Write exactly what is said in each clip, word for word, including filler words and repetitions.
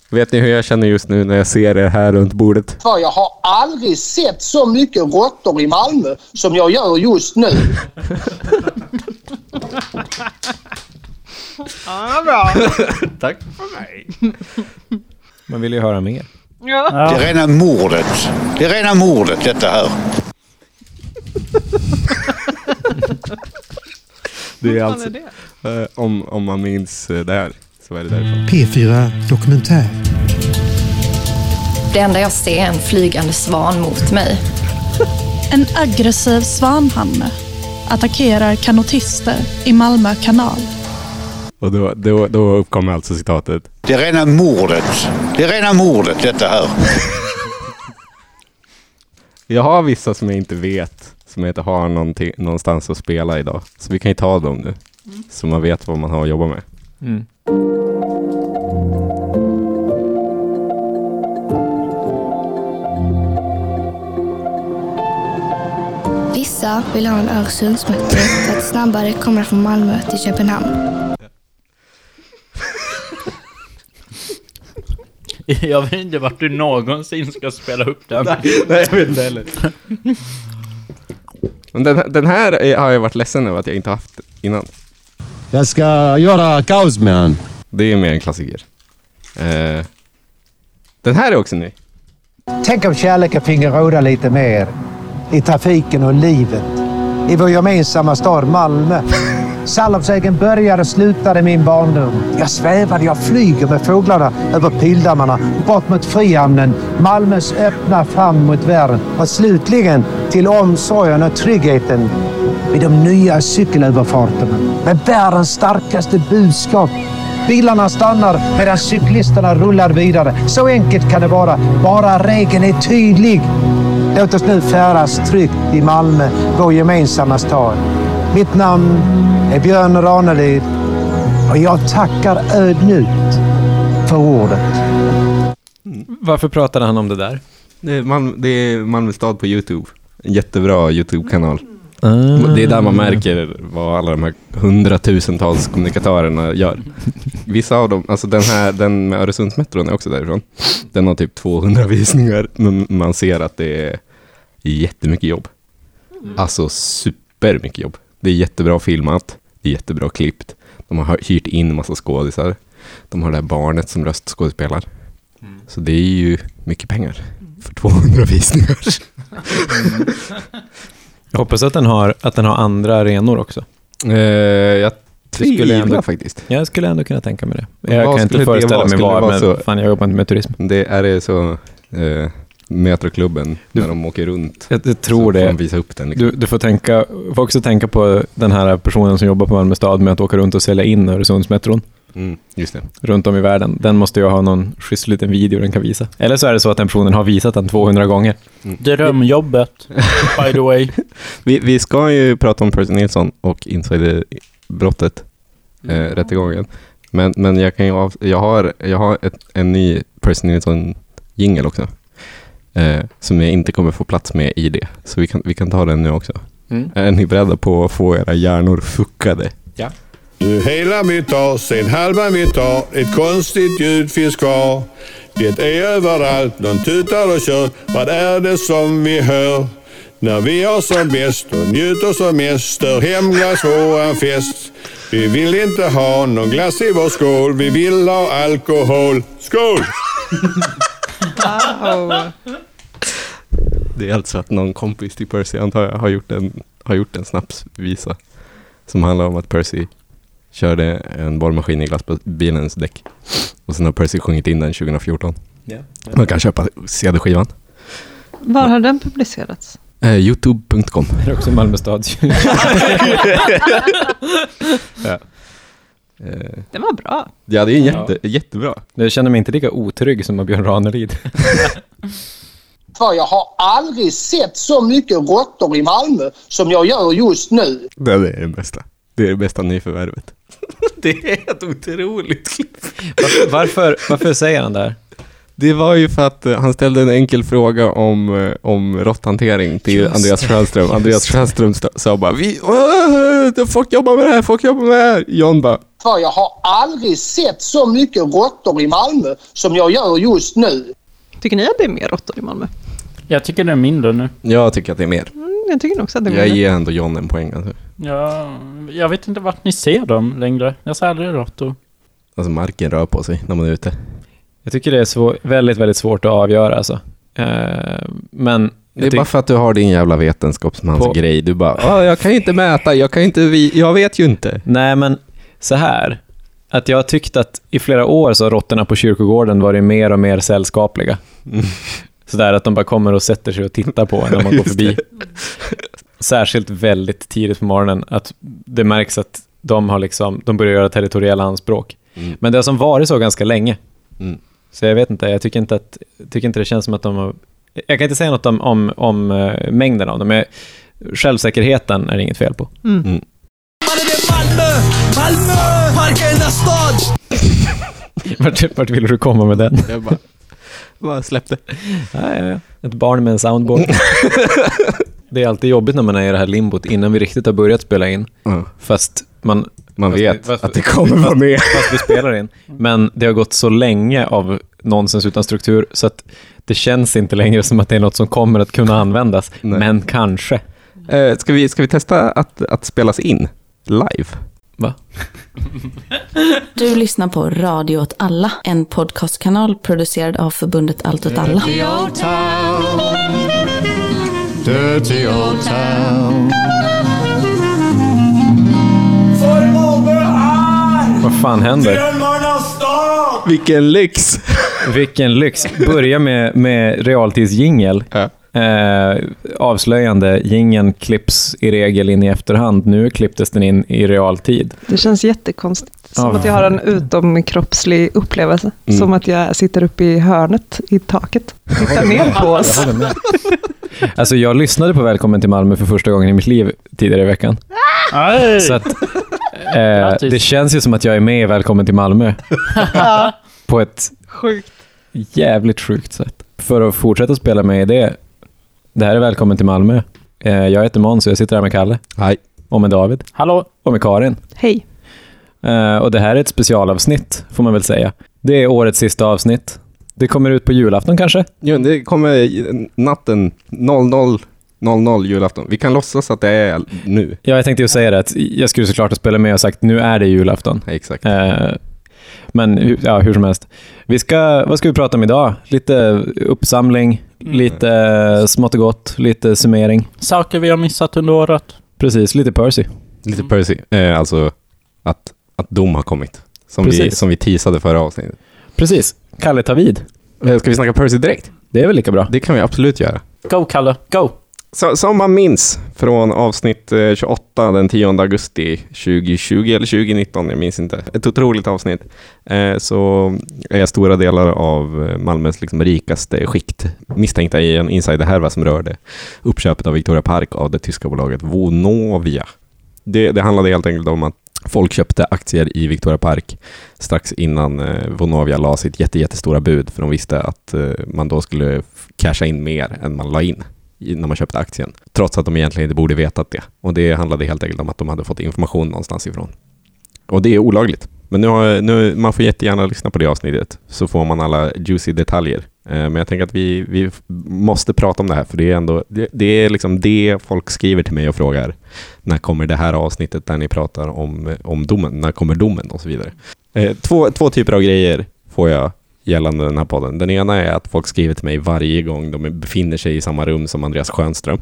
Vet ni hur jag känner just nu när jag ser er här runt bordet? För jag har aldrig sett så mycket råttor i Malmö som jag gör just nu. Ja, bra. Tack för mig. Man vill ju höra mer. Ja. Det är rena mordet. Det är rena mordet detta här. Det är alltså, eh, om, om man minns eh, det här så är det därifrån. P fyra Dokumentär. Det enda jag ser är en flygande svan mot mig. En aggressiv svanhanne attackerar kanotister i Malmö kanal. Och då, då, då uppkommer alltså citatet. Det är rena mordet. Det är rena mordet detta här. Jag har vissa som jag inte vet, som jag inte har någonstans att spela idag. Så vi kan ju ta dem nu. Mm. Så man vet vad man har att jobba med. Mm. Vissa vill ha en Öresundsmetro för att snabbare komma från Malmö till Köpenhamn. Jag vet inte vart du någonsin ska spela upp den. Nej, nej jag vet inte heller. Men den, den här är, har jag varit ledsen över att jag inte haft innan. Jag ska göra kaos med han. Det är mer en klassiker. Eh, den här är också ny. Tänk om kärleken finge råda lite mer i trafiken och livet. I vår gemensamma stad Malmö. Sallovsvägen började och slutade min barndom. Jag svävade, jag flyger med fåglarna över pildammarna. Bort mot Frihamnen, Malmös öppna fram mot världen. Och slutligen till omsorgen och tryggheten vid de nya cykelöverfarterna. Med världens starkaste budskap. Bilarna stannar medan cyklisterna rullar vidare. Så enkelt kan det vara. Bara regeln är tydlig. Låt oss nu färdas tryggt i Malmö, vår gemensamma stad. Mitt namn är Björn Ranelid och jag tackar ödmjukt för ordet. Mm. Varför pratade han om det där? Det är, Malmö, det är Malmö stad på YouTube. En jättebra YouTube-kanal. Mm. Det är där man märker vad alla de här hundratusentals kommunikatörerna gör. Vissa av dem, alltså den här, den med Öresundsmetron är också därifrån. Den har typ tvåhundra visningar, men man ser att det är jättemycket jobb. Alltså super mycket jobb. Det är jättebra filmat, det är jättebra klippt. De har hyrt in en massa skådisar. De har det här barnet som röstskådespelar. Mm. Så det är ju mycket pengar för tvåhundra visningar. Mm. Jag hoppas att den har, att den har andra arenor också. Uh, jag skulle ändå, faktiskt. Jag skulle ändå kunna tänka mig det. Jag vad kan inte föreställa mig vad, men så, fan, jag jobbar inte med turism. Det är det så... Uh, Metroklubben när de åker runt. Jag, jag tror det. Får de visa upp den, liksom. du, du får tänka, får också tänka på den här personen som jobbar på Malmö stad med att åka runt och sälja in Öresundsmetron. Mm, just det. Runt om i världen. Den måste ju ha någon schysst liten video den kan visa. Eller så är det så att den personen har visat den tvåhundra gånger. Mm. Drömjobbet, by the way. vi, vi ska ju prata om Percy Nilsson och insiderbrottet eh, mm. rättegången. Men, men jag kan ju av, jag har, jag har ett, en ny Percy Nilsson-jingle också. Eh, som jag inte kommer få plats med i det. Så vi kan, vi kan ta den nu också. Mm. Är ni beredda på att få era hjärnor fuckade? Ja. Nu hela mitt år, sen halva mitt år. Ett konstigt ljud finns kvar. Det är överallt, någon tutar och kör. Vad är det som vi hör? När vi har som bäst och njuter som mest. Stör hemglass våran fest. Vi vill inte ha någon glass i vår skål. Vi vill ha alkohol. Skål! Wow. Det är alltså att någon kompis till Percy antar jag har gjort en, har gjort en snapsvisa som handlar om att Percy körde en borrmaskin i glassbilens däck. Och sen har Percy sjungit in den tjugo fjorton. Yeah. Man kan köpa C D-skivan. Var har den publicerats? Eh, youtube punkt com. Det är också Malmö stads. Ja. Det var bra. Ja, det är jätte, ja. jättebra. Jag känner mig inte lika otrygg som Björn Ranelid. För jag har aldrig sett så mycket råttor i Malmö som jag gör just nu. Det är det bästa. Det är det bästa nyförvärvet. Det är helt otroligt. Varför, varför, varför säger han där? Det var ju för att han ställde en enkel fråga om, om råtthantering till just Andreas Schellström. Andreas Schellström sa bara, vi, åh, folk jobbar med det här, folk jobbar med det här. John bara, För jag har aldrig sett så mycket råttor i Malmö som jag gör just nu. Tycker ni att det är mer råttor i Malmö? Jag tycker det är mindre nu. Jag tycker att det är mer. Mm, jag tycker också att det är jag mer. ger ändå John en poäng. Alltså. Ja, jag vet inte vart ni ser dem längre. Jag ser aldrig råttor. Alltså marken rör på sig när man är ute. Jag tycker det är svår, väldigt, väldigt svårt att avgöra alltså. Uh, men det är bara för att du har din jävla vetenskapsmansgrej. Du bara, ah, jag kan ju inte mäta, jag kan inte, jag vet ju inte. Nej, men så här. Att jag har tyckt att i flera år så har råttorna på kyrkogården varit mer och mer sällskapliga. Mm. Sådär att de bara kommer och sätter sig och tittar på när man går förbi. Särskilt väldigt tidigt på morgonen. Att det märks att de har liksom, de börjar göra territoriella anspråk. Mm. Men det har som varit så ganska länge. Mm. Så jag vet inte, jag tycker inte att tycker inte det känns som att de har, jag kan inte säga något om, om, om uh, mängden av dem, men självsäkerheten är det inget fel på. Mm. Mm. Malmö! Malmö! Parkernas stad! vart, vart vill du komma med den? Jag bara, bara släppte. Ja, ja, ja. Ett barn med en soundboard. Det är alltid jobbigt när man är i det här limbot innan vi riktigt har börjat spela in. Mm. Fast man Man fast vet fast, att det kommer vara med. Fast vi spelar in. Men det har gått så länge av nonsens utan struktur så att det känns inte längre som att det är något som kommer att kunna användas. Nej. Men kanske. Eh, ska, vi, ska vi testa att, att spelas in live? Va? Du lyssnar på Radio åt alla. En podcastkanal producerad av förbundet Allt åt alla. Dirty old town. Dirty old town. Vad fan händer? Vilken lyx! Vilken lyx. Börja med, med realtidsjingel. Ja. Eh, avslöjande. Jingeln klipps i regel in i efterhand. Nu klipptes den in i realtid. Det känns jättekonstigt. Som oh. att jag har en utomkroppslig upplevelse. Mm. Som att jag sitter uppe i hörnet i taket. Tittar ner på oss. Jag med. Alltså jag lyssnade på Välkommen till Malmö för första gången i mitt liv tidigare i veckan. Aj. Så att Eh, det känns ju som att jag är med i Välkommen till Malmö. På ett sjukt. jävligt sjukt sätt. För att fortsätta spela med det. Det här är Välkommen till Malmö. eh, Jag heter Måns och jag sitter här med Kalle. Hej. Och med David. Hallå. Och med Karin. Hej. eh, Och det här är ett specialavsnitt får man väl säga. Det är årets sista avsnitt. Det kommer ut på julafton kanske? Jo, det kommer natten noll noll noll noll julafton. Vi kan låtsas att det är nu. Ja, jag tänkte ju säga det. Att jag skulle såklart ha spelat med och sagt nu är det julafton. Ja, exakt. Eh, men ja, hur som helst. Vi ska, vad ska vi prata om idag? Lite uppsamling, mm. lite smått och gott, lite summering. Saker vi har missat under året. Precis, lite Percy. Lite Percy. Eh, alltså att, att dom har kommit. Som vi, som vi teasade förra avsnittet. Precis. Kalle, ta vid. Ska vi snacka Percy direkt? Det är väl lika bra. Det kan vi absolut göra. Go, Kalle. Go! Så, som man minns från avsnitt eh, tjugoåtta den tionde augusti tjugohundratjugo eller tjugonitton, jag minns inte. Ett otroligt avsnitt. Eh, så är stora delar av Malmös liksom, rikaste skikt misstänkta i en insiderhärva som rörde uppköpet av Victoria Park av det tyska bolaget Vonovia. Det, det handlade helt enkelt om att folk köpte aktier i Victoria Park strax innan eh, Vonovia la sitt jätte, jättestora bud, för de visste att eh, man då skulle casha in mer än man la in när man köpte aktien, trots att de egentligen inte borde vetat det. Och det handlade helt enkelt om att de hade fått information någonstans ifrån. Och det är olagligt. Men nu, har, nu man får jättegärna lyssna på det avsnittet, så får man alla juicy detaljer. Eh, men jag tänker att vi, vi måste prata om det här, för det är ändå det, det är liksom det folk skriver till mig och frågar: när kommer det här avsnittet där ni pratar om, om domen? När kommer domen? Och så vidare. Eh, två, två typer av grejer får jag gällande den här podden. Den ena är att folk skriver till mig varje gång de befinner sig i samma rum som Andreas Schönström.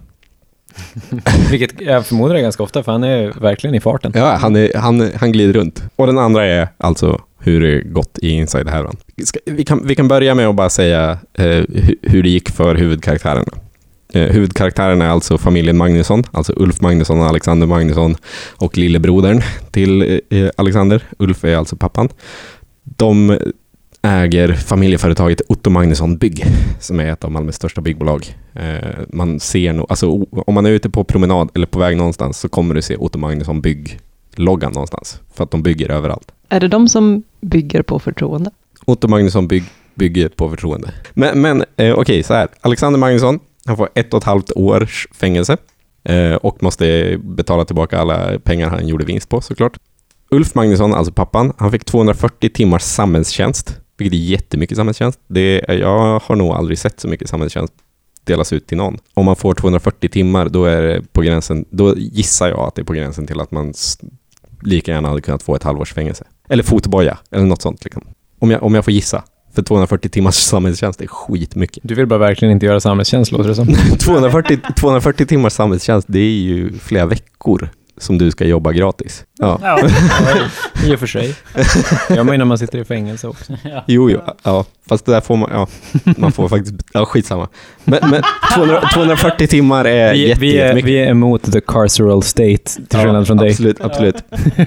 Vilket jag förmodar är ganska ofta, för han är verkligen i farten. Ja, han, är, han, han glider runt. Och den andra är alltså hur det gått i Inside här. Vi kan, vi kan börja med att bara säga eh, hur det gick för huvudkaraktärerna. Eh, huvudkaraktärerna är alltså familjen Magnusson, alltså Ulf Magnusson och Alexander Magnusson och lillebrodern till eh, Alexander. Ulf är alltså pappan. De äger familjeföretaget Otto Magnusson Bygg, som är ett av Malmös största byggbolag. Eh, man ser nog, alltså om man är ute på promenad eller på väg någonstans, så kommer du se Otto Magnusson Bygg-loggan någonstans, för att de bygger överallt. Är det de som bygger på förtroende? Otto Magnusson Bygg bygger på förtroende. Men, men eh, okej, okay, så här. Alexander Magnusson, han får ett och ett halvt års fängelse eh, och måste betala tillbaka alla pengar han gjorde vinst på, såklart. Ulf Magnusson, alltså pappan, han fick tvåhundrafyrtio timmars samhällstjänst, vilket är jättemycket samhällstjänst. Det är, jag har nog aldrig sett så mycket samhällstjänst delas ut till någon. Om man får tvåhundrafyrtio timmar, då är det på gränsen, då gissar jag att det är på gränsen till att man lika gärna hade kunnat få ett halvårs fängelse. Eller fotboja, eller något sånt. Liksom. Om, jag, om jag får gissa. För tvåhundrafyrtio timmars samhällstjänst är skitmycket. Du vill bara verkligen inte göra samhällstjänst, låter det som. tvåhundrafyrtio, tvåhundrafyrtio timmars samhällstjänst, det är ju flera veckor som du ska jobba gratis. Ja, ja i och för sig. Jag menar man sitter i fängelse också. Ja. Jo, jo, ja. Fast det där får man, ja, man får faktiskt, ja, skitsamma. Men, men tvåhundra, tvåhundrafyrtio timmar är vi, jätte, vi, är, vi är emot the carceral state, till skillnad ja, från dig. Absolut, absolut.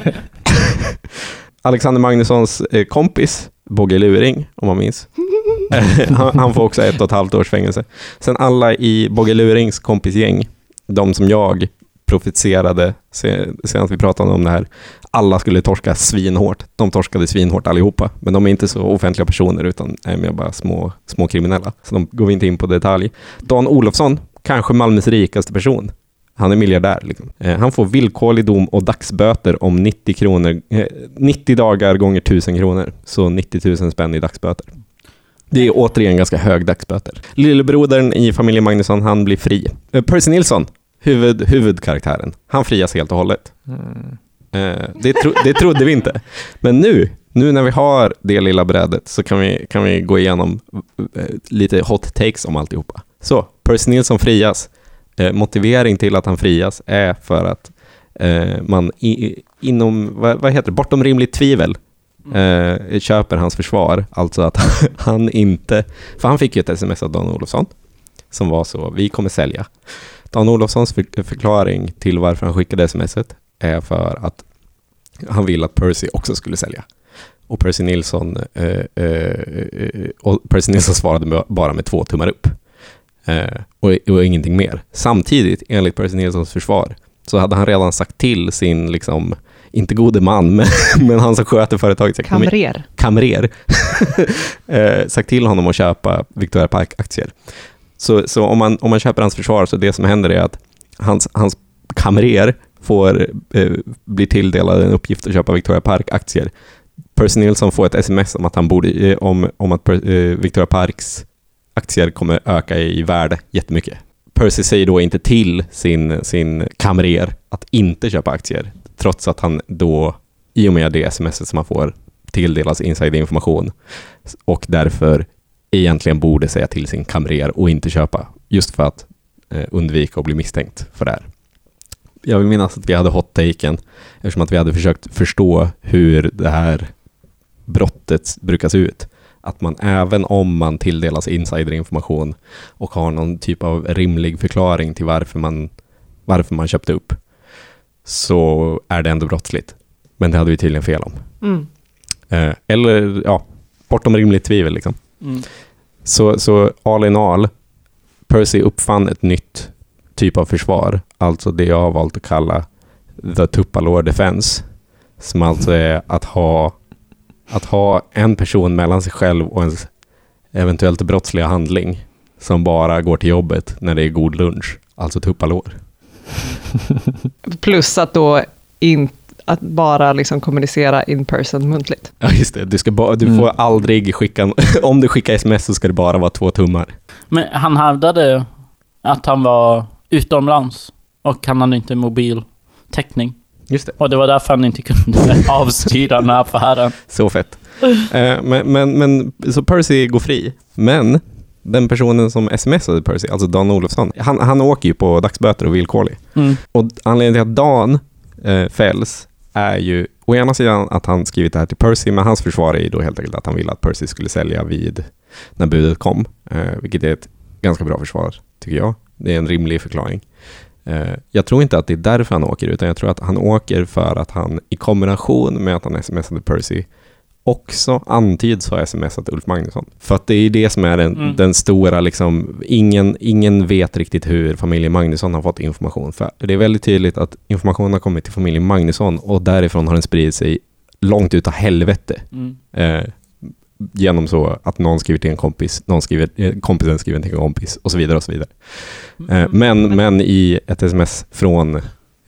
Alexander Magnussons eh, kompis, Bogge Luring, om man minns. han, han får också ett och ett halvt års fängelse. Sen alla i Bogge Lurings kompisgäng, de som jag profetserade senast vi pratade om det här, alla skulle torska svinhårt. De torskade svinhårt allihopa, men de är inte så offentliga personer utan är mer bara små, små kriminella. Så de går vi inte in på detalj. Dan Olofsson, kanske Malmös rikaste person. Han är miljardär. Liksom. Eh, han får villkorlig dom och dagsböter om nittio kronor, eh, nittio dagar gånger tusen kronor. Så nittio tusen spänn i dagsböter. Det är återigen ganska hög dagsböter. Lillebrodern i familjen Magnusson, han blir fri. Eh, Percy Nilsson, huvud, huvudkaraktären, han frias helt och hållet. Mm. Eh, det, tro, det trodde vi inte. Men nu, nu när vi har det lilla brädet så kan vi, kan vi gå igenom eh, lite hot takes om alltihopa. Så, Percy Nilsson frias. Eh, motivering till att han frias är för att eh, man i, inom, vad, vad heter det, bortom rimligt tvivel eh, köper hans försvar. Alltså att han inte, för han fick ju ett sms av Dan Olofsson som var så, vi kommer sälja. Dan Olofssons för, förklaring till varför han skickade smset är för att han vill att Percy också skulle sälja. Och Percy Nilsson eh, eh, och Percy Nilsson svarade bara med två tummar upp. Eh, och, och ingenting mer. Samtidigt, enligt Percy Nilssons försvar, så hade han redan sagt till sin, liksom, inte gode man, men, men han som sköter företagets ekonomi. Kamrer. Kamrer. eh, sagt till honom att köpa Victoria Park-aktier. Så, så om, man, om man köper hans försvar, så det som händer är att hans, hans kamrer får eh, bli tilldelad en uppgift att köpa Victoria Park-aktier. Percy Nilsson får ett sms om att han borde, eh, om, om att eh, Victoria Parks aktier kommer öka i värde jättemycket. Percy säger då inte till sin, sin kamrer att inte köpa aktier, trots att han då, i och med det smset som han får, tilldelas insiderinformation och därför egentligen borde säga till sin kamrer och inte köpa, just för att eh, undvika att bli misstänkt för det här. Jag vill minnas att vi hade hot-taken eftersom att vi hade försökt förstå hur det här brottet brukar se ut. Att man även om man tilldelas insiderinformation och har någon typ av rimlig förklaring till varför man, varför man köpte upp, så är det ändå brottsligt. Men det hade vi tydligen fel om. Mm. Eh, eller ja, bortom rimligt tvivel liksom. Mm. Så, så all in all, Percy uppfann ett nytt typ av försvar. Alltså det jag har valt att kalla the Tupalore defense. Som alltså är att ha att ha en person mellan sig själv och ens eventuellt brottsliga handling som bara går till jobbet när det är god lunch. Alltså Tupalore. Plus att då in, att bara liksom kommunicera in person muntligt. Ja, just det. Du, ska ba, du får mm. aldrig skicka, om du skickar sms så ska det bara vara två tummar. Men han hävdade att han var utomlands och han hade inte mobiltäckning. Just det. Och det var därför han inte kunde avstyra den här affären. Så fett. eh, men, men, men så Percy går fri. Men den personen som smsade Percy, alltså Dan Olofsson, han, han åker ju på dagsböter och villkorlig. Mm. Och anledningen till att Dan eh, fälls är ju å ena sidan att han skrivit det här till Percy, men hans försvar är ju då helt enkelt att han ville att Percy skulle sälja vid när budet kom. Eh, vilket är ett ganska bra försvar, tycker jag. Det är en rimlig förklaring. Jag tror inte att det är därför han åker, utan jag tror att han åker för att han i kombination med att han smsade Percy också antyds ha smsat Ulf Magnusson. För att det är det som är den, mm. den stora liksom, ingen, ingen vet riktigt hur familjen Magnusson har fått information. För det är väldigt tydligt att informationen har kommit till familjen Magnusson och därifrån har den spridit sig långt ut av helvete. Mm. Eh, genom så att någon skriver till en kompis, någon skriver, kompisen skriver till en kompis och så vidare och så vidare. Mm. Men, men i ett sms från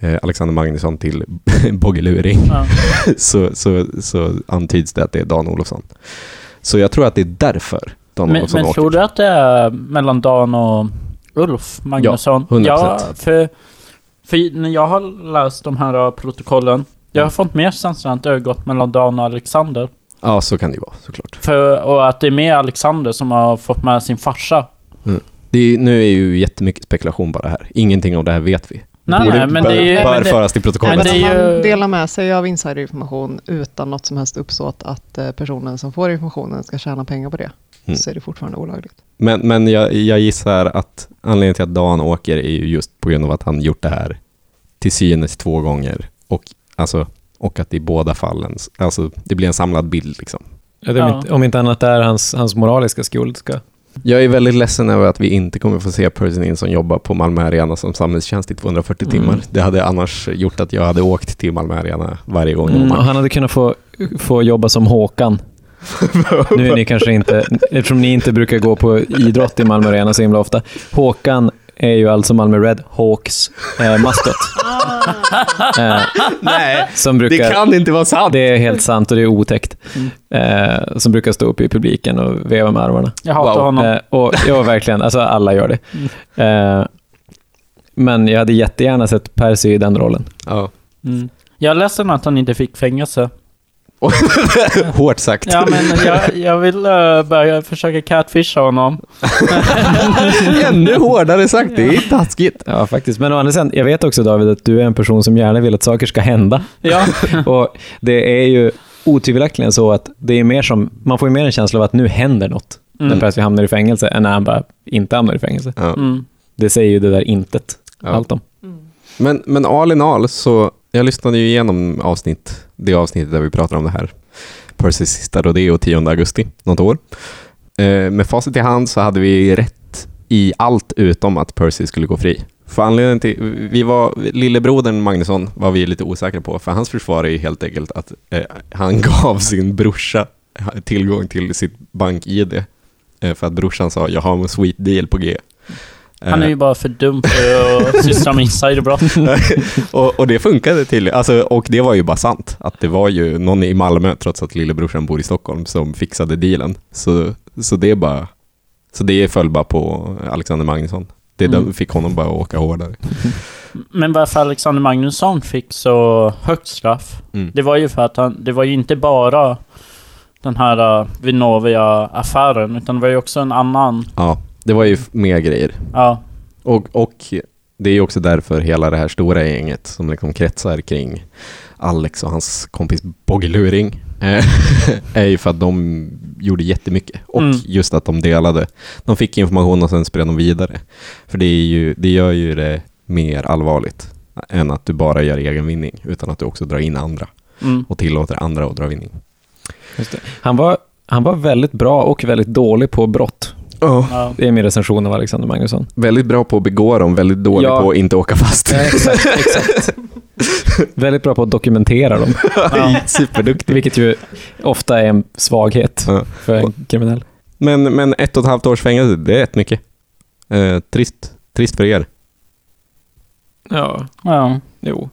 eh, Alexander Magnusson till Boggeluring Ja. så, så, så antyds det att det är Dan Olofsson. Så jag tror att det är därför Dan Men, Olofsson men åker. tror du att det är mellan Dan och Ulf Magnusson? Ja, hundra procent. Ja, för, för när jag har läst de här protokollen, jag har fånt mer känslan att det har gått mellan Dan och Alexander. Ja, så kan det ju vara, såklart. För, och att det är mer Alexander som har fått med sin farsa. Mm. Det är, nu är ju jättemycket spekulation bara här. Ingenting av det här vet vi. Nej, Borde, nej, men bör, det är ju, bör men det, föras till protokollet. Men det Men om är ju, man delar med sig av insiderinformation utan något som helst uppsåt att eh, personen som får informationen ska tjäna pengar på det, Mm. så är det fortfarande olagligt. Men, men jag, jag gissar att anledningen till att Dan åker är ju just på grund av att han gjort det här till synes två gånger. Och, alltså, och att i båda fallen, alltså det blir en samlad bild liksom. Ja, det är om, Ja. inte, om inte annat är hans, hans moraliska skuld ska... Jag är väldigt ledsen över att vi inte kommer få se Percy Nilsson jobba på Malmö Arena som samhällstjänst i tvåhundrafyrtio Mm. timmar. Det hade annars gjort att jag hade åkt till Malmö Arena varje gång. Mm, och han hade kunnat få, få jobba som Håkan. Nu är ni kanske inte, eftersom ni inte brukar gå på idrott i Malmö Arena så himla ofta. Håkan är ju alltså Malmö Red Hawks eh, maskot. eh, Nej, som brukar, det kan inte vara sant. Det är helt sant och det är otäckt. Eh, som brukar stå upp i publiken och veva med armarna. jag hatar Wow. honom. Eh, och ja, verkligen, alltså alla gör det. Eh, men jag hade jättegärna sett Percy i den rollen. Ja. Mm. Jag är ledsen att han inte fick fängelse. Hårt sagt. Ja, men jag, jag vill uh, börja försöka catfisha honom. Ännu hårdare sagt, det är taskigt. Ja, faktiskt. Men å andra sidan, jag vet också, David, att du är en person som gärna vill att saker ska hända. Ja. Och det är ju otvivelaktigt så att det är mer som, man får ju mer en känsla av att nu händer något Mm. när Percy hamnar i fängelse än när han bara inte hamnar i fängelse. Ja. Mm. Det säger ju det där intet Ja. allt om. Men, men all in all så, jag lyssnade ju igenom avsnitt, det avsnittet där vi pratar om det här. Percys sista rodeo tionde augusti, något år. Eh, med facit i hand så hade vi rätt i allt utom att Percy skulle gå fri. För anledningen till, vi var, lillebrodern Magnusson var vi lite osäkra på, för hans försvar är ju helt enkelt att eh, han gav sin brorsa tillgång till sitt bank-I D eh, för att brorsan sa, jag har en sweet deal på G. Han är ju bara för dum för att syssla med insiderbrott. och, och det funkade till, alltså, och det var ju bara sant att det var ju någon i Malmö, trots att lillebrorsan bor i Stockholm, som fixade dealen. Så, så det är bara så det föll bara på Alexander Magnusson. Det Mm. fick honom bara åka hårdare. Men varför Alexander Magnusson fick så högt straff, Mm. det var ju för att han, det var ju inte bara den här uh, Vinovia-affären, utan det var ju också en annan. Ja, det var ju mer grejer. Ja. Och, och det är ju också därför hela det här stora gänget som liksom kretsar kring Alex och hans kompis Boggeluring eh, är ju för att de gjorde jättemycket. Och Mm. just att de delade. De fick information och sen spred de vidare. För det, är ju, det gör ju det mer allvarligt än att du bara gör egen vinning, utan att du också drar in andra Mm. och tillåter andra att dra vinning. Just det. Han var, han var väldigt bra och väldigt dålig på brott. Oh. Ja. Det är min recension av Alexander Magnusson. Väldigt bra på att begå dem, väldigt dålig Ja. på att inte åka fast. Ja, exakt, exakt. Väldigt bra på att dokumentera dem. Ja. Superduktig. Vilket ju ofta är en svaghet Ja. för en kriminell. Men, men ett och ett halvt års fängelse, det är rätt mycket. Eh, trist. Trist för er. Ja, Ja. jo.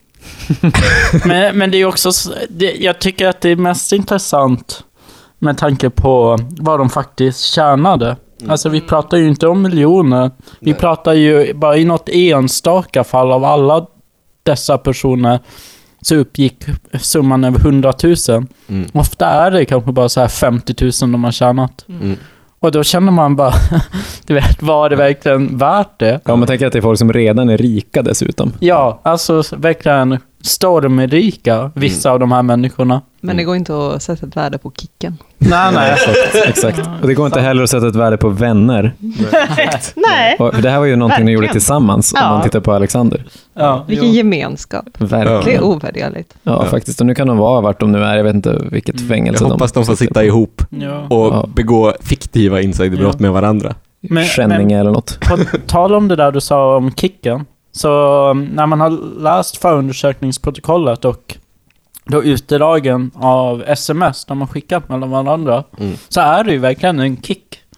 men, men det är också s- det, jag tycker att det är mest intressant med tanke på vad de faktiskt tjänade. Mm. Alltså vi pratar ju inte om miljoner. Vi Nej. pratar ju bara i något enstaka fall av alla dessa personer så uppgick summan över hundratusen. Mm. Ofta är det kanske bara så här femtio tusen de har tjänat. Mm. Och då känner man bara, du vet, var det verkligen värt det? Ja, man tänker att det är folk som redan är rika dessutom. Ja, alltså verkligen stormrika, vissa av de här människorna. Men det går inte att sätta ett värde på kicken. Nej, nej. Exakt, exakt. Och det går inte heller att sätta ett värde på vänner. Nej. Och det här var ju någonting ni gjorde Verkligen. tillsammans om Ja. man tittar på Alexander. Ja, Vilken gemenskap. Verkligen. Det är ovärderligt. Ja, Ja. faktiskt. Och nu kan de vara vart de nu är. Jag vet inte vilket fängelse Jag hoppas de får sitta på. ihop Ja. och Ja. begå fiktiva insiderbrott Ja. med varandra. Men- Skänning eller något. På tal om det där du sa om kicken, så um, när man har läst förundersökningsprotokollet och då utdragen av sms när man skickar mellan varandra, Mm. så är det ju verkligen en kick.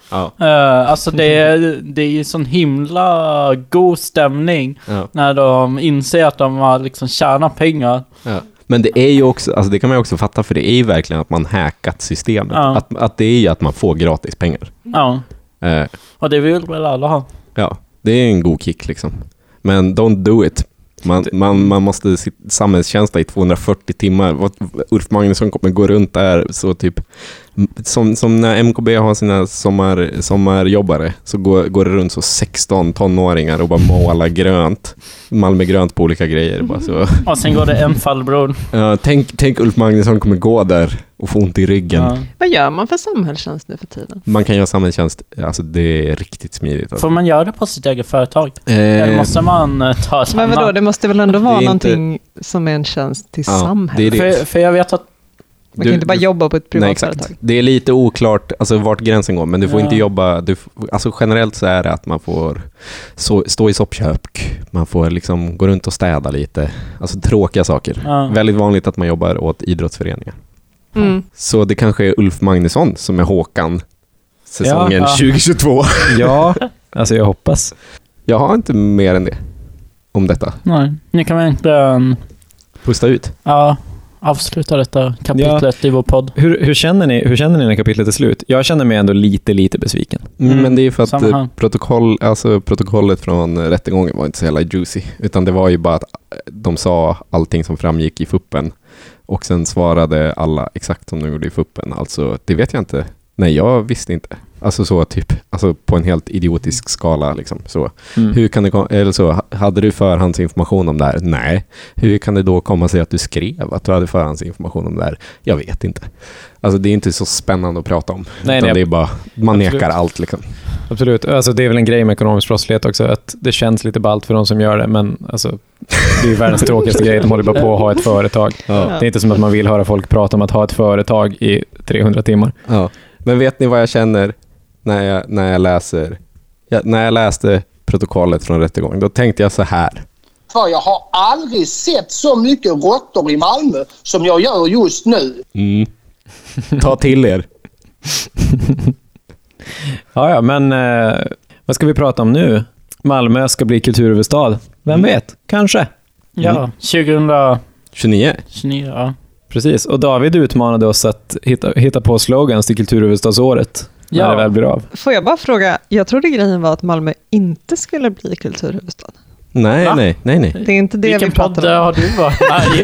Ja. Uh, alltså det är, det är ju sån himla god stämning ja. när de inser att de har liksom tjänat pengar. Ja. Men det är ju också, alltså det kan man ju också fatta, för det är ju verkligen att man hackat systemet. Ja. Att, att det är ju att man får gratis pengar. Ja, Eh, och det vill väl alla ha. ja, det är en god kick liksom. Men don't do it. Man, man, man måste samhällstjänsta i tvåhundrafyrtio timmar. Vad Ulf Magnusson kommer gå runt där så typ som, som när M K B har sina sommar, sommarjobbare så går, går det runt så sexton tonåringar och bara målar grönt. Malmö grönt på olika grejer. Bara så. Och sen går det en fallbror. Ja, tänk, tänk Ulf Magnusson kommer gå där och få ont i ryggen. Ja. Vad gör man för samhällstjänst nu för tiden? Man kan göra samhällstjänst, alltså det är riktigt smidigt. Alltså. Får man göra det på sitt eget företag? Eh, Eller måste man uh, ta samma? Men vadå, det måste väl ändå vara inte... någonting som är en tjänst till ja, samhället? det är det. För, för jag vet att man kan du, inte bara jobba på ett privat nej, exakt. företag. Det är lite oklart alltså vart gränsen går, men du får Ja. inte jobba du, alltså generellt så är det att man får så, stå i soppkök, man får liksom gå runt och städa lite, alltså tråkiga saker. Ja. Väldigt vanligt att man jobbar åt idrottsföreningar. Mm. Så det kanske är Ulf Magnusson som är Håkan säsongen Ja, ja. tjugohundratjugotvå. Ja, alltså jag hoppas. Jag har inte mer än det om detta. nej, ni kan väl inte um, Pusta ut. ja, avsluta detta kapitlet ja. i vår podd. Hur, hur, känner ni, hur känner ni när kapitlet är slut? Jag känner mig ändå lite, lite besviken. Mm, Mm, men det är för att samma här. protokoll, alltså protokollet från rättegången var inte så jävla juicy, utan det var ju bara att de sa allting som framgick i fuppen och sen svarade alla exakt som de gjorde i fuppen. Alltså, det vet jag inte. Nej, jag visste inte. Alltså så typ, alltså på en helt idiotisk skala liksom. Så Mm. hur kan det kom- eller så hade du förhandsinformation om det här? Nej. Hur kan det då komma sig att du skrev att du hade förhandsinformation om det här? Jag vet inte. Alltså det är inte så spännande att prata om. Nej, utan nej. det är bara man Absolut. nekar allt liksom. Absolut. Alltså, det är väl en grej med ekonomisk brottslighet också, att det känns lite ballt för de som gör det, men alltså, det är ju världens tråkigaste grej. De håller bara på att ha ett företag. Ja. Det är inte som att man vill höra folk prata om att ha ett företag i trehundra timmar. Ja. Men vet ni vad jag känner när jag, när jag läser ja, när jag läste protokollet från rättegången? Då tänkte jag så här. För jag har aldrig sett så mycket råttor i Malmö som jag gör just nu. Mm. Ta till er. Ja, ja, men eh, vad ska vi prata om nu? Malmö ska bli kulturhuvudstad. Vem Mm. vet? Kanske. Ja, tjugohundranio. tjugonio. Ja. Precis. Och David utmanade oss att hitta, hitta på slogans till kulturhuvudstadsåret. När Ja. det väl blir av. Får jag bara fråga, jag trodde grejen var att Malmö inte skulle bli kulturhuvudstad. Nej, Va? nej, nej, nej. Det är inte det Vilken vi pratar podd om. har du varit med i?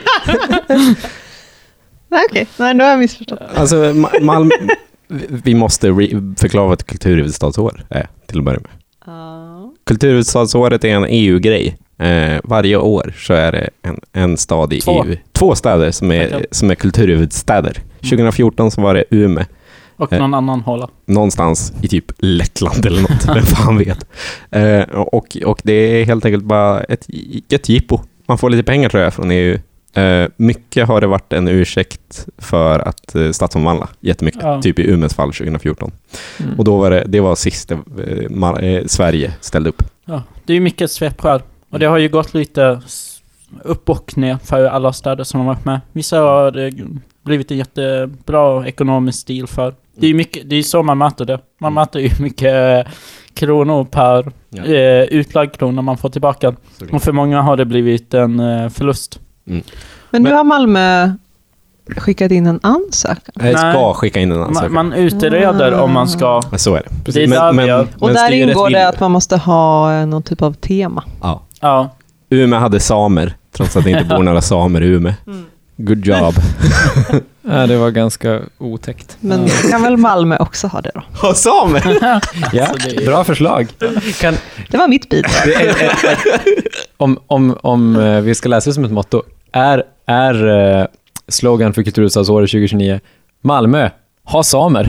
Nej, okej. Nej, nu har jag missförstått. Alltså, Ma- Malmö, vi måste re- förklara vad ett kulturhuvudstadsår är till att börja med. Ja. Kulturhuvudstadsåret är en E U-grej. Eh, varje år så är det en, en stad i Två. E U. Två städer som är, Okej. som är kulturhuvudstäder. tjugohundrafjorton så var det Umeå. Och Eh. någon annan hålla. Någonstans i typ Lettland eller något. Vem fan vet. Eh, och, och det är helt enkelt bara ett, ett jippo. Man får lite pengar tror jag från E U. Eh, mycket har det varit en ursäkt för att eh, stadsomvandla. Jättemycket. Ja. Typ i Umeås fall tjugohundrafjorton. Mm. Och då var det, det var sist eh, Mar- eh, Sverige ställde upp. Ja, det är ju mycket svepskäl. Och det har ju gått lite s- upp och ner för alla städer som har varit med. Vissa har det blivit en jättebra ekonomisk stil för. Det är ju mycket, det är så man mäter det. Man mäter ju mycket kronor per Ja. eh, utlagd krona man får tillbaka. Och för många har det blivit en eh, förlust. Mm. Men nu Men- har Malmö skickat in en ansökan. Jag ska Nej. skicka in en ansökan. Man, man utreder om man ska... Men så är det. Det är där vi gör. Och där styret ingår vill- det att man måste ha eh, någon typ av tema. Ja. Ja. Umeå hade samer, trots att det inte bor några samer i Umeå. Good job. Ja, det var ganska otäckt. Men kan väl Malmö också ha det då? Ha samer? Ja, bra förslag. Kan, Det var mitt bit. det är, är, är, om, om, om eh, vi ska läsa det som ett motto, är, är eh, slogan för kulturhuvudstadsåret tjugohundratjugonio Malmö, ha samer.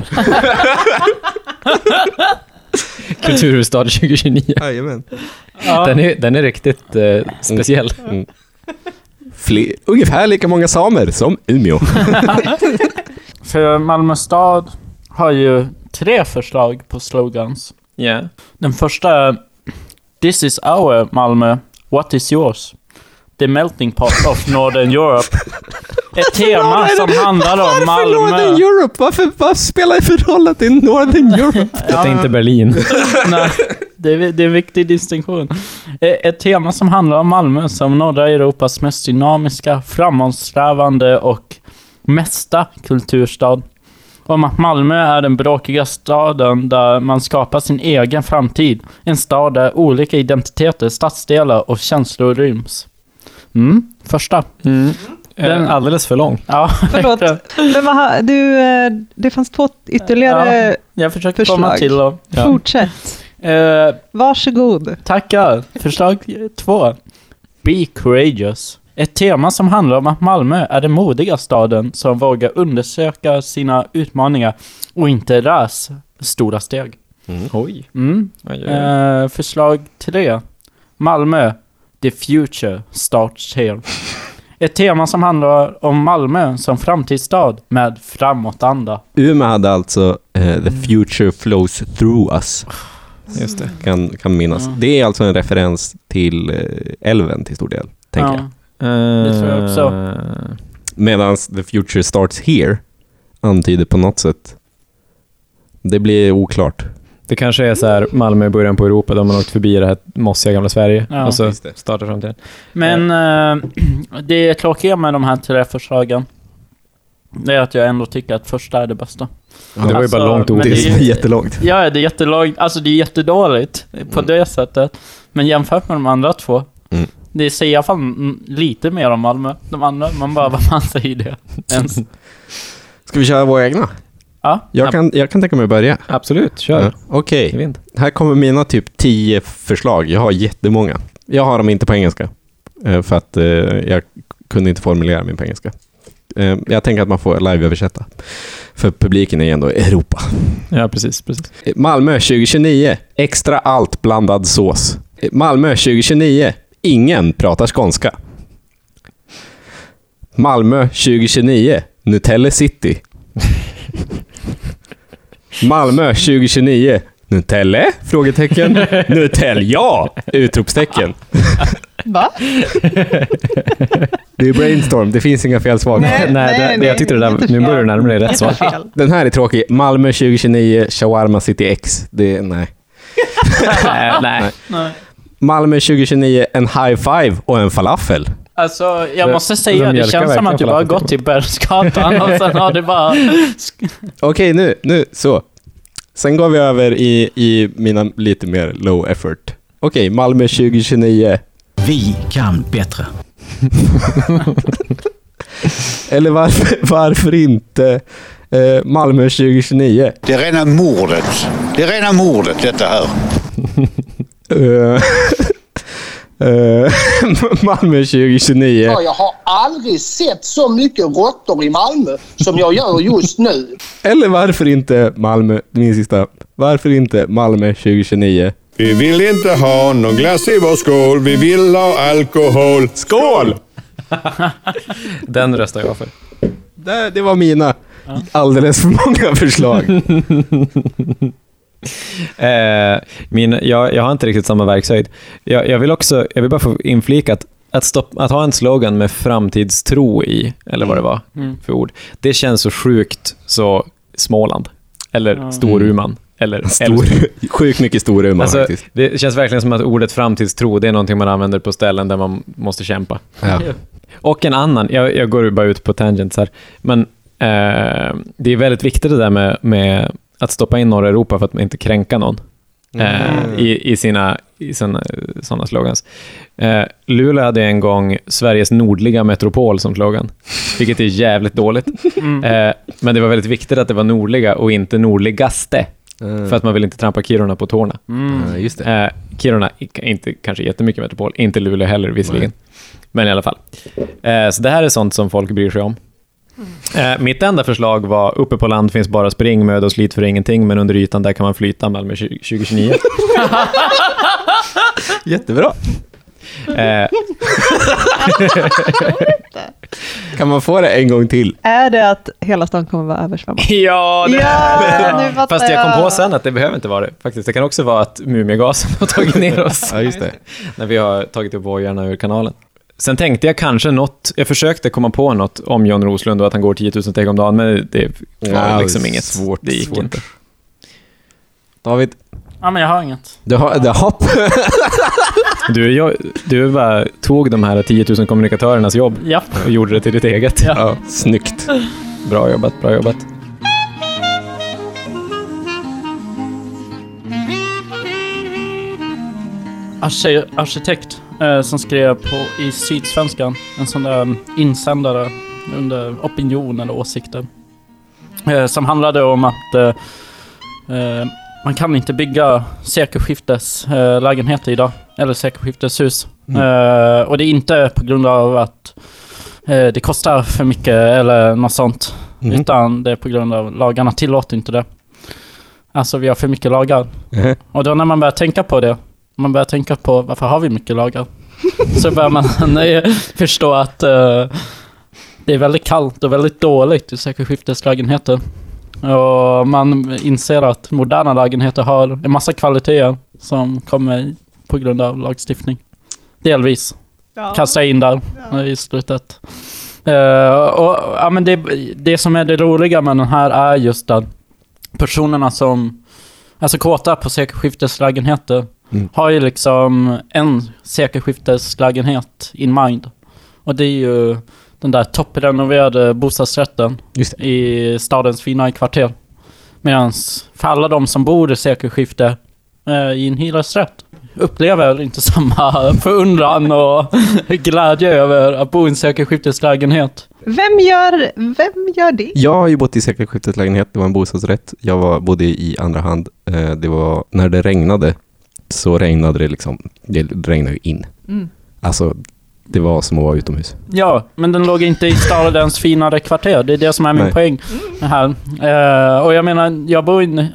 Kulturhuvudstad tjugohundratjugonio. Jajamän. Den är, den är riktigt eh, speciell. Mm. Fler, ungefär lika många samer som Umeå. För Malmö stad har ju tre förslag på slogans. Yeah. Den första är This is our Malmö, what is yours? The melting pot of Northern Europe. Ett tema som handlar om Malmö. Northern Europe? Varför, vad spelar det för roll att det är Northern Europe? Det är inte Berlin. Nej, det är, det är en viktig distinktion. Ett tema som handlar om Malmö som norra Europas mest dynamiska, framåtsträvande och mesta kulturstad. Om att Malmö är den bråkiga staden där man skapar sin egen framtid. En stad där olika identiteter, stadsdelar och känslor ryms. Mm, första. Mm. Den alldeles för lång. Ja, förlåt. Men vad, du, det fanns två ytterligare ja, jag försöker förslag. komma till och, ja. Fortsätt. Uh, Varsågod. Tackar. Förslag två. Be courageous. Ett tema som handlar om att Malmö är den modiga staden som vågar undersöka sina utmaningar och inte räs stora steg. Mm. Oj. Mm. Uh, förslag tre. Malmö. The future starts here. Ett tema som handlar om Malmö som framtidsstad med framåtanda. Umeå hade alltså uh, The future flows through us. Just det. Kan, kan minnas. Mm. Det är alltså en referens till uh, älven till stor del, tänker ja. jag. Uh, det tror jag också. Medan The future starts here antyder på något sätt. Det blir oklart. Det kanske är så här Malmö i början på Europa, där man åkt förbi det här mossiga gamla Sverige. Ja. Och så startar framtiden. Men uh, det tråkiga med de här tre förslagen, det är att jag ändå tycker att första är det bästa. Ja, det var alltså, ju bara långt ord. Det är jättelångt. Ja, det är jättelångt. Alltså det är jättedåligt på mm. det sättet. Men jämfört med de andra två, mm. det säger i alla fall lite mer om Malmö. De andra, man bara, vad man säger det ens. Ska vi köra våra egna? Ja. Jag kan, jag kan tänka mig att börja. Absolut, kör. Ja. Okej, okay. Här kommer mina typ tio förslag. Jag har jättemånga. Jag har dem inte på engelska. För att jag kunde inte formulera min på engelska. Jag tänker att man får live-översätta. För publiken är ändå Europa. Ja, precis, precis. Malmö tjugo tjugonio. Extra allt blandad sås. Malmö tjugo tjugonio. Ingen pratar skånska. Malmö tjugo tjugonio. Nutella City. Malmö tjugo tjugonio. Nutella? Frågetecken. Nutella, ja! Utropstecken. Va? Det är brainstorm, det finns inga fel svar. Nej, nej, det, det, jag tyckte det där, nu börjar du närmare dig rätt svar. Den här är tråkig. Malmö tjugo tjugonio. Shawarma City X. Det är, nej. nej, nej. nej. Malmö tjugo tjugonio. En high five och en falafel. Alltså, jag måste säga, det känns som att du bara gått till Bergsgatan och sen har det bara... Okej, okay, nu, nu, så. Sen går vi över i, i mina lite mer low effort. Okej, okay, Malmö tjugo tjugonio. Vi kan bättre. Eller varför, varför inte eh, Malmö tjugo tjugonio? Det är rena mordet. Det är rena mordet, detta här. uh, uh, Malmö tjugo tjugonio. Ja, jag har aldrig sett så mycket råttor i Malmö som jag gör just nu. Eller varför inte Malmö, min sista. Varför inte Malmö tjugo tjugonio? Vi vill inte ha någon glass i vår skål. Vi vill ha alkohol. Skål! Den röstar jag för. Det, det var mina alldeles för många förslag. eh, min, jag, jag har inte riktigt samma verkshöjd. Jag, jag vill också, jag vill bara få inflika att, att, stopp, att ha en slogan med framtidstro i, eller vad det var mm. för ord. Det känns så sjukt så Småland. Eller mm. Storuman. Eller Stor, sjukt mycket Storuman alltså, faktiskt. Det känns verkligen som att ordet framtidstro, det är någonting man använder på ställen där man måste kämpa. Ja. Och en annan, jag, jag går bara ut på tangents här, men eh, det är väldigt viktigt det där med, med att stoppa in norra Europa för att man inte kränka någon eh, mm. i, i sina i sina, sådana slogans. Eh, Luleå hade en gång Sveriges nordliga metropol som slogan, vilket är jävligt dåligt. Mm. Eh, men det var väldigt viktigt att det var nordliga och inte nordligaste. Mm. För att man vill inte trampa Kiruna på tårna. Mm. Ja, just det. Eh, Kiruna, inte kanske jättemycket metropol, inte Luleå heller visserligen. Nej. Men i alla fall. Eh, så det här är sånt som folk bryr sig om. Eh, mitt enda förslag var: uppe på land finns bara spring, möda och slit för ingenting, men under ytan där kan man flyta. Malmö tjugo tjugonio. Jättebra. Eh. Kan man få det en gång till? Är det att hela stan kommer vara översvämmad? Ja, det ja, nu fast jag kom på sen att det behöver inte vara det. Faktiskt, det kan också vara att Mumiegasen har tagit ner oss. Ja, just det. När vi har tagit upp vågorna ur kanalen. Sen tänkte jag kanske något, jag försökte komma på något om John Roslund och att han går tio tusen steg om dagen, men det var ja, liksom inget svårt. Det gick svårt. inte. David? Ja, men jag har inget. Du har, det hopp. Du, jag, du bara tog de här tio tusen kommunikatörernas jobb ja. och gjorde det till ditt eget. Ja. Ja, snyggt. Bra jobbat, bra jobbat. Arkitekt eh, som skrev på i Sydsvenskan en sån där insändare under opinion eller åsikter eh, som handlade om att eh, eh, man kan inte bygga sekelskiftes eh, lägenheter idag eller sekelskifteshus mm. eh, och det är inte på grund av att eh, det kostar för mycket eller något sånt mm. utan det är på grund av lagarna tillåter inte det. Alltså vi har för mycket lagar mm. och då när man börjar tänka på det man börjar tänka på varför har vi mycket lagar så börjar man nej, förstå att uh, det är väldigt kallt och väldigt dåligt i sekelskifteslägenheter och man inser att moderna lägenheter har en massa kvaliteter som kommer på grund av lagstiftning delvis ja. Kasta in där ja. I slutet uh, och ja, men det, det som är det roliga med den här är just att personerna som alltså kåta på sekelskifteslägenheter Mm. har ju liksom en sekelskifteslägenhet in mind. Och det är ju den där topprenoverade bostadsrätten i stadens fina kvarter. Medan för alla de som bor i sekelskifte eh, i en hyresrätt upplever inte samma förundran och glädje över att bo i en sekelskifteslägenhet. Vem gör, vem gör det? Jag har ju bott i sekelskifteslägenhet, det var en bostadsrätt. Jag var, bodde i andra hand. Eh, det var när det regnade. Så regnade det liksom, det regnade ju in. Mm. Alltså, det var som att vara utomhus. Ja, men den låg inte i stadens finare kvarter. Det är det som är min Nej. poäng här. Uh, och jag menar, jag bor i en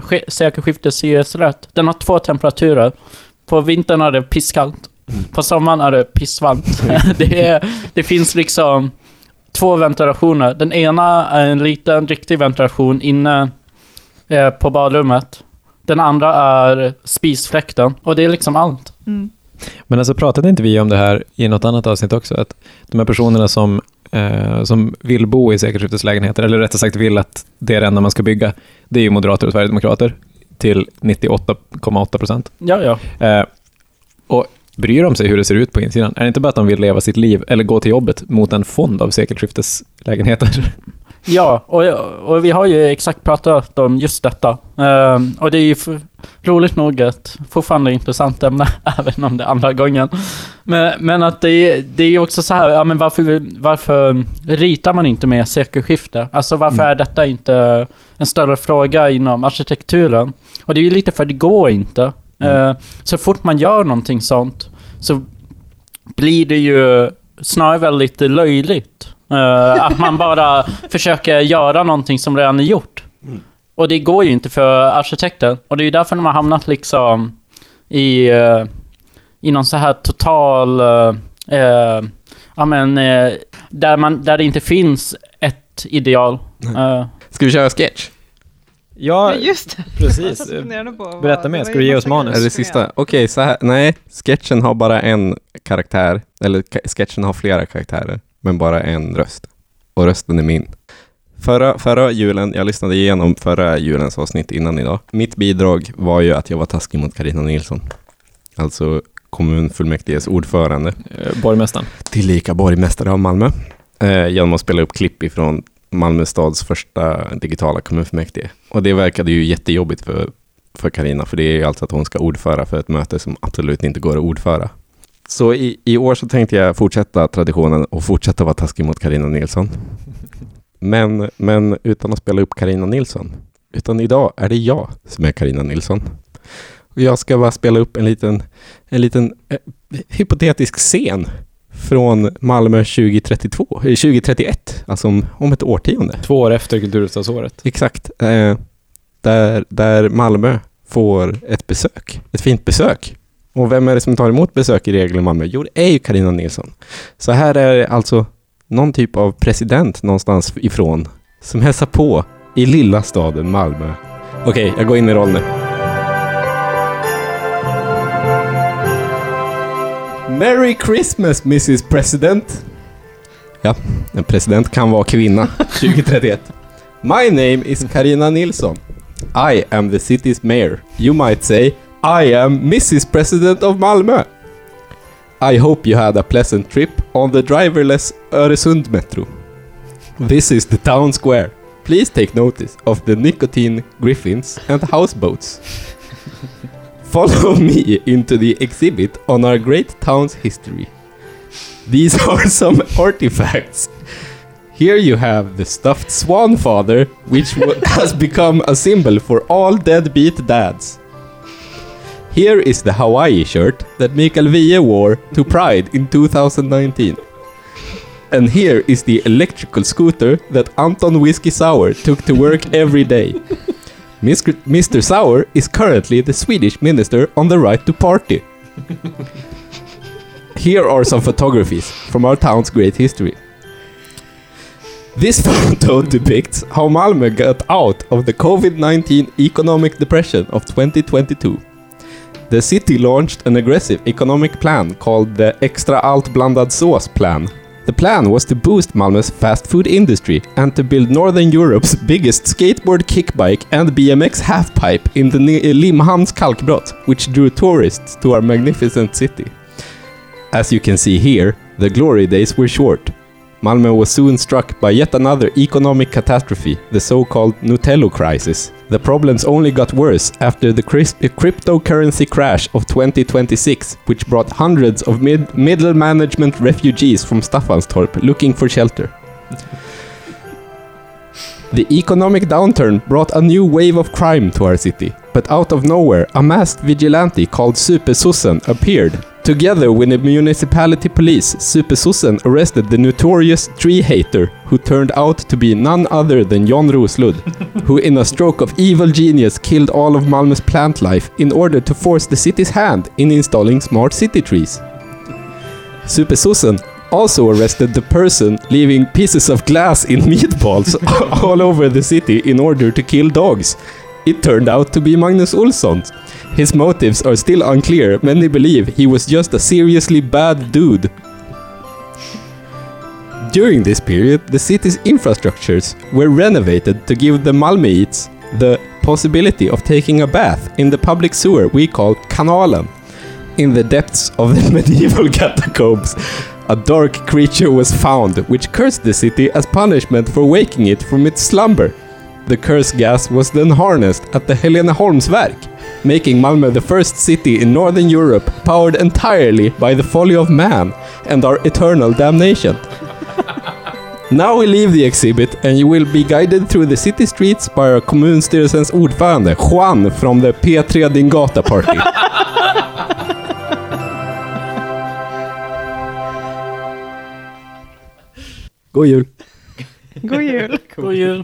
sekelskifteshyresrätt. Den har två temperaturer. På vintern är det pisskallt. Mm. På sommaren är det pissvarmt. det, är, det finns liksom två ventilationer. Den ena är en liten riktig ventilation inne eh, på badrummet. Den andra är spisfläkten. Och det är liksom allt. Mm. Men alltså pratade inte vi om det här i något annat avsnitt också? Att de här personerna som, eh, som vill bo i sekelskifteslägenheter, eller rättare sagt vill att det är det enda man ska bygga, det är ju moderater och sverigedemokrater till nittioåtta komma åtta procent. Ja, ja. Eh, och bryr de sig hur det ser ut på insidan? Är det inte bara att de vill leva sitt liv eller gå till jobbet mot en fond av sekelskifteslägenheter? Ja, och, och vi har ju exakt pratat om just detta. Um, och det är ju för, roligt nog ett fortfarande intressant ämne, även om det är andra gången. Men, men att det, det är ju också så här, ja, men varför, varför ritar man inte med sekelskifte? Alltså varför mm. är detta inte en större fråga inom arkitekturen? Och det är ju lite för det går inte. Mm. Uh, så fort man gör någonting sånt så blir det ju snarare väldigt löjligt. Uh, att man bara försöker göra någonting som redan är gjort. Mm. Och det går ju inte för arkitekter. Och det är ju därför de har hamnat liksom i, uh, i någon så här total uh, uh, ja, men, uh, där, man, där det inte finns ett ideal. Uh. Ska vi köra sketch? Ja, just det. Precis. Berätta mer, ska du ge oss manus? Är det sista? Okej, okay, så här. Nej, sketchen har bara en karaktär. Eller sketchen har flera karaktärer. Men bara en röst. Och rösten är min. Förra, förra julen, jag lyssnade igenom förra julens avsnitt innan idag. Mitt bidrag var ju att jag var taskig mot Carina Nilsson. Alltså kommunfullmäktiges ordförande. Eh, borgmästaren. Tillika borgmästare av Malmö. Eh, genom att spela upp klipp ifrån Malmö stads första digitala kommunfullmäktige. Och det verkade ju jättejobbigt för, för Carina. För det är ju alltså att hon ska ordföra för ett möte som absolut inte går att ordföra. Så i, i år så tänkte jag fortsätta traditionen och fortsätta vara taskig mot Carina Nilsson. Men, men utan att spela upp Carina Nilsson. Utan idag är det jag som är Carina Nilsson. Och jag ska bara spela upp en liten, en liten eh, hypotetisk scen från Malmö tjugo trettiotvå, tjugo trettioett. Alltså om, om ett årtionde. Två år efter kulturhuvudstadsåret. Exakt. Eh, där, där Malmö får ett besök. Ett fint besök. Och vem är det som tar emot besök i regel i Malmö? Jo, det är ju Carina Nilsson. Så här är det alltså någon typ av president någonstans ifrån som hälsar på i lilla staden Malmö. Okej, jag går in i roll nu. Merry Christmas, missus President. Ja, en president kan vara kvinna. tjugo trettioett. My name is Carina Nilsson. I am the city's mayor. You might say, I am missus President of Malmö. I hope you had a pleasant trip on the driverless Öresund Metro. This is the town square. Please take notice of the nicotine griffins and houseboats. Follow me into the exhibit on our great town's history. These are some artifacts. Here you have the stuffed swan father, which w- has become a symbol for all deadbeat dads. Here is the Hawaii shirt that Mikael Wiehe wore to Pride in two thousand nineteen. And here is the electrical scooter that Anton Whiskey Sour took to work every day. Mister Sour is currently the Swedish minister on the right to party. Here are some photographies from our town's great history. This photo depicts how Malmö got out of the covid nineteen economic depression of twenty twenty-two. The city launched an aggressive economic plan called the Extra Allt Blandad Sås plan. The plan was to boost Malmö's fast food industry and to build Northern Europe's biggest skateboard, kickbike and B M X halfpipe in the Limhamns Kalkbrott, which drew tourists to our magnificent city. As you can see here, the glory days were short. Malmö was soon struck by yet another economic catastrophe, the so-called Nutello crisis. The problems only got worse after the crisp- cryptocurrency crash of twenty twenty-six, which brought hundreds of mid- middle management refugees from Staffanstorp looking for shelter. The economic downturn brought a new wave of crime to our city, but out of nowhere, a masked vigilante called Supersossen appeared. Together with the municipality police, Supersossen arrested the notorious tree hater, who turned out to be none other than Jon Roslund, who in a stroke of evil genius killed all of Malmö's plant life in order to force the city's hand in installing smart city trees. Supersossen also arrested the person leaving pieces of glass in meatballs all over the city in order to kill dogs. It turned out to be Magnus Olsson. His motives are still unclear. Many believe he was just a seriously bad dude. During this period, the city's infrastructures were renovated to give the Malmöites the possibility of taking a bath in the public sewer we call Kanalen. In the depths of the medieval catacombs, a dark creature was found, which cursed the city as punishment for waking it from its slumber. The curse gas was then harnessed at the Heleneholmsverk, making Malmö the first city in Northern Europe powered entirely by the folly of man and our eternal damnation. Now we leave the exhibit and you will be guided through the city streets by our kommunstyrelsens ordförande, Juan from the P tre Din Gata party. God jul! God jul! God jul!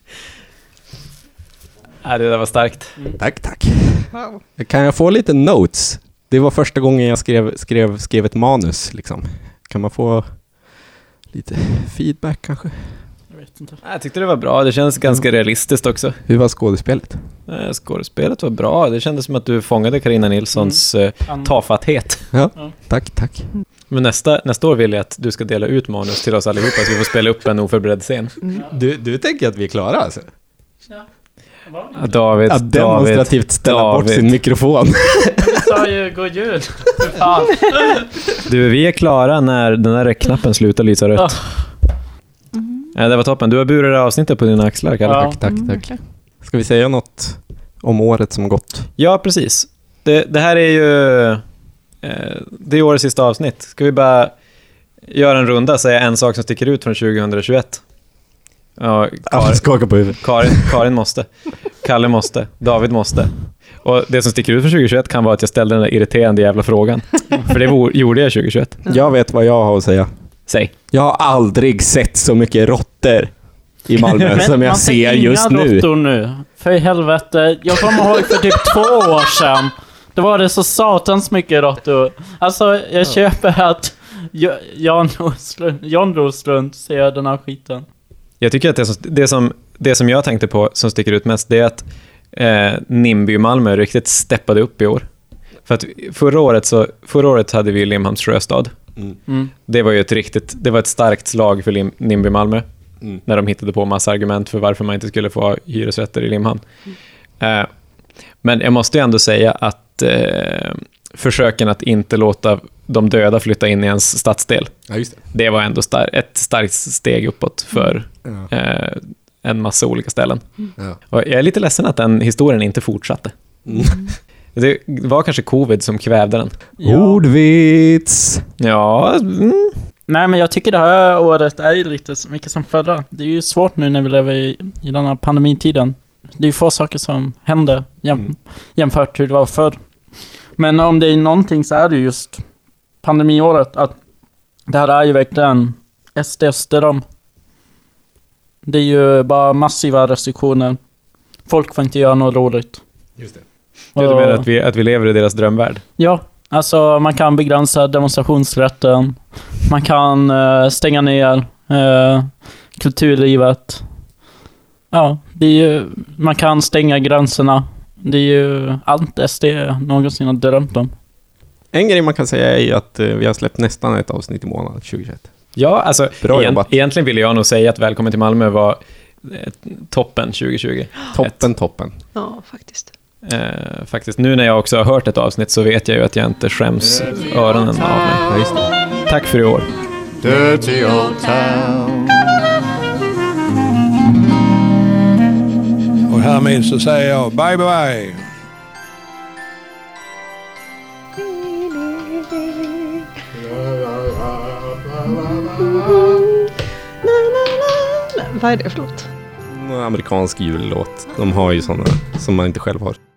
Ja, det där var starkt. Mm. Tack, tack. Wow. Kan jag få lite notes? Det var första gången jag skrev, skrev, skrev ett manus. Liksom. Kan man få lite feedback kanske? Jag vet inte. Jag tyckte det var bra. Det känns ganska realistiskt också. Hur var skådespelet? Eh, skådespelet var bra. Det kändes som att du fångade Carina Nilssons mm. eh, tafatthet. Ja, ja. Tack, tack. Men nästa, nästa år vill jag att du ska dela ut manus till oss allihopa så vi får spela upp en oförberedd scen. Mm. Du, du tänker att vi är klara alltså? Ja. Ja, David, att demonstrativt David, ställa David. bort sin mikrofon. Du sa ju god jul. Fan. Du, vi är klara när den där knappen slutar lysa rött. Mm. Ja, det var toppen. Du har burit det avsnittet på dina axlar, Kalle. Ja. Tack, tack, tack. Ska vi säga något om året som gått? Ja, precis. Det, det här är ju eh, det är årets sista avsnitt. Ska vi bara göra en runda och säga en sak som sticker ut från tjugohundratjugoett? Ja, Karin, skaka på huvudet. Karin, Karin måste. Kalle måste. David måste. Och det som sticker ut från tjugohundratjugoett kan vara att jag ställde den där irriterande jävla frågan. För det var, gjorde jag tjugohundratjugoett. Jag vet vad jag har att säga. Säg. Jag har aldrig sett så mycket råttor i Malmö som jag ser just nu. Råttor nu. För i helvete. Jag kommer ihåg för typ två år sedan. Då var det så satans mycket råttor. Alltså, jag köper att Jan Roslund, Jan Roslund ser den här skiten. Jag tycker att det som, det, som, det som jag tänkte på som sticker ut mest, det är att eh, Nimby och Malmö riktigt steppade upp i år. För att förra året, så, förra året hade vi Limhamns Sjöstad. Mm. Mm. Det var ju ett riktigt, det var ett starkt slag för Lim, Nimby Malmö. Mm. När de hittade på massa argument för varför man inte skulle få ha hyresrätter i Limhamn. Mm. Eh, men jag måste ju ändå säga att eh, försöken att inte låta de döda flytta in i ens stadsdel. Ja, just det. Det var ändå star- ett starkt steg uppåt för mm. eh, en massa olika ställen. Mm. Ja. Och jag är lite ledsen att den historien inte fortsatte. Mm. Det var kanske covid som kvävde den. Ja. Ordvits! Ja. Mm. Nej, men jag tycker det här året är ju lite så mycket som förra. Det är ju svårt nu när vi lever i, i den här pandemitiden. Det är ju få saker som händer jäm, mm. jämfört hur det var förr. Men om det är någonting så är det just pandemiåret. Att det här är ju verkligen S D:s dröm. Det är ju bara massiva restriktioner. Folk får inte göra något roligt. Just det. Och, du menar att vi, att vi lever i deras drömvärld? Ja, alltså man kan begränsa demonstrationsrätten. Man kan uh, stänga ner uh, kulturlivet. Ja, det är ju, man kan stänga gränserna. Det är ju allt S D någonsin har drömt om. En grej man kan säga är ju att uh, vi har släppt nästan ett avsnitt i månaden tjugohundratjugoett. Ja, alltså Bra egent, jobbat. egentligen ville jag nog säga att Välkommen till Malmö var eh, toppen tjugohundratjugo. Toppen, toppen. Ja, faktiskt. Eh, faktiskt, nu när jag också har hört ett avsnitt så vet jag ju att jag inte skäms öronen av mig. Ja, just det. Tack för i år. Dirty old town. Och härmed så säger jag bye bye. Vad är det för låt? Amerikansk jullåt. De har ju sådana som man inte själv har.